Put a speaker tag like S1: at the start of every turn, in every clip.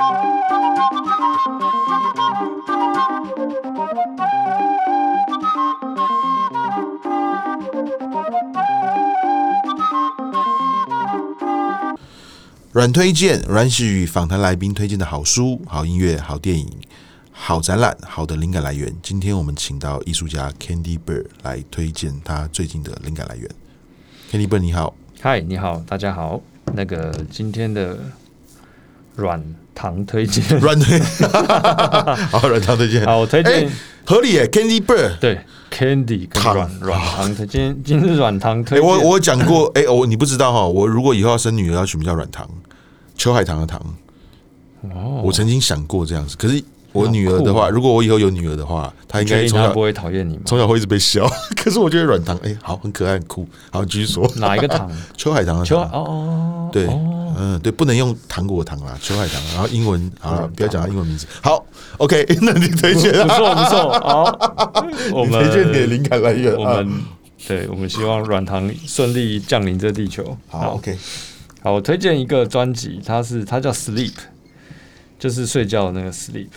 S1: 软推荐，软是与访谈来宾推荐的好书、好音乐、好电影、好展览、好的灵感来源。今天我们请到艺术家 Candy Bird 来推荐他最近的灵感来源。Candy Bird 你好。
S2: 嗨，你好，大家好。今天的软糖推荐，
S1: 好，软糖推荐。
S2: 好，我推荐
S1: 合理耶 ，Candy Bird
S2: 对 Candy 跟软糖推荐，今天是软糖推荐。
S1: 我有讲过，你不知道哈，我如果以后要生女儿，要取名叫软糖，秋海棠的糖。哦，我曾经想过这样子，可是我女儿的话，如果我以后有女儿的话，她应该从小
S2: 不会讨厌你吗？
S1: 从小会一直被笑。可是我觉得软糖，好，很可爱，很酷。好，继续说。
S2: 哪一个糖？
S1: 秋海棠的糖。
S2: 哦，
S1: 对，对，不能用糖果糖啦，秋海棠。然后英文好了，不要讲它英文名字。好 ，OK， 那你推荐，
S2: 不错。好，我们
S1: 推荐你的灵感来源。
S2: 我们希望软糖顺利降临这地球。
S1: 好 ，OK。
S2: 好，我推荐一个专辑，它叫 Sleep， 就是睡觉的那个 Sleep。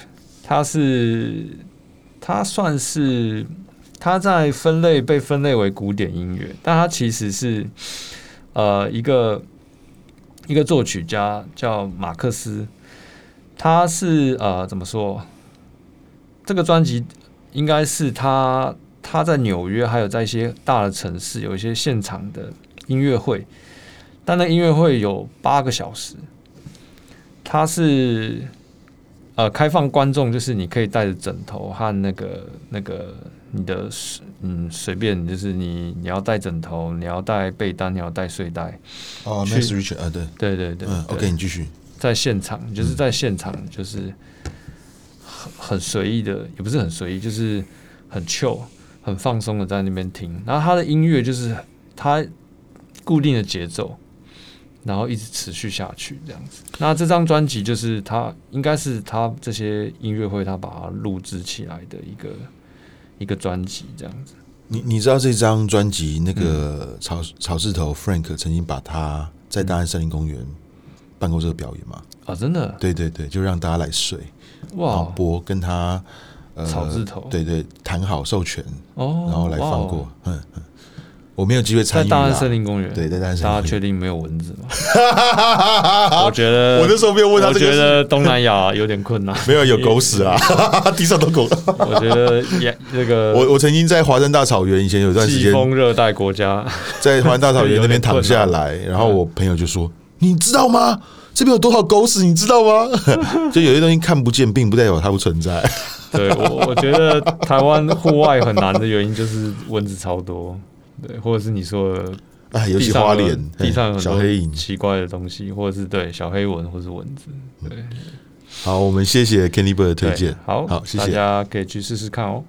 S2: 它算是被分类为古典音乐，但它其实是一个作曲家叫马克思，他是怎么说？这个专辑应该是他在纽约还有在一些大的城市有一些现场的音乐会，但那音乐会有8个小时，它是开放观众，就是你可以带着枕头和那个你的随便，就是你要带枕头，你要带被单，你要带睡袋。
S1: 哦 ，Max Richard
S2: 对
S1: ，OK， 你继续。
S2: 在现场，就是很随意的，也不是很随意，就是很 chill、很放松的在那边听。然后他的音乐就是他固定的节奏。然后一直持续下去这样子。那这张专辑就是应该是他这些音乐会他把它录制起来的一个专辑这样子。
S1: 你知道这张专辑那个草字头 Frank 曾经把他在大安森林公园办过这个表演吗？
S2: 啊，真的？
S1: 对，就让大家来睡，哇，播跟他
S2: 草字头
S1: 对谈好授权，然后来放过，我没有机会参与
S2: 在大安森林公园。
S1: 对，在大安森林公园。
S2: 大家确定没有蚊子吗？我觉得
S1: 我那时候没有问他这个。
S2: 我觉得东南亚有点困难。
S1: 没有狗屎啦，地上都狗。
S2: 我觉得这个
S1: 我曾经在华山大草原，以前有段时间
S2: 季风热带国家，
S1: 在华山大草原那边躺下来，然后我朋友就说：“你知道吗？这边有多少狗屎，你知道吗？”就有些东西看不见，并不代表它不存在。
S2: 对，我觉得台湾户外很难的原因就是蚊子超多。对，或者是你说的，
S1: 尤其花莲
S2: 地上有
S1: 小黑影、
S2: 奇怪的东西，或者是对小黑蚊，或是蚊子。对，
S1: 好，我们谢谢 Candy Bird 的推荐。
S2: 好，
S1: 谢谢，
S2: 大家可以去试试看哦。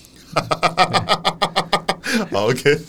S1: 好 ，OK。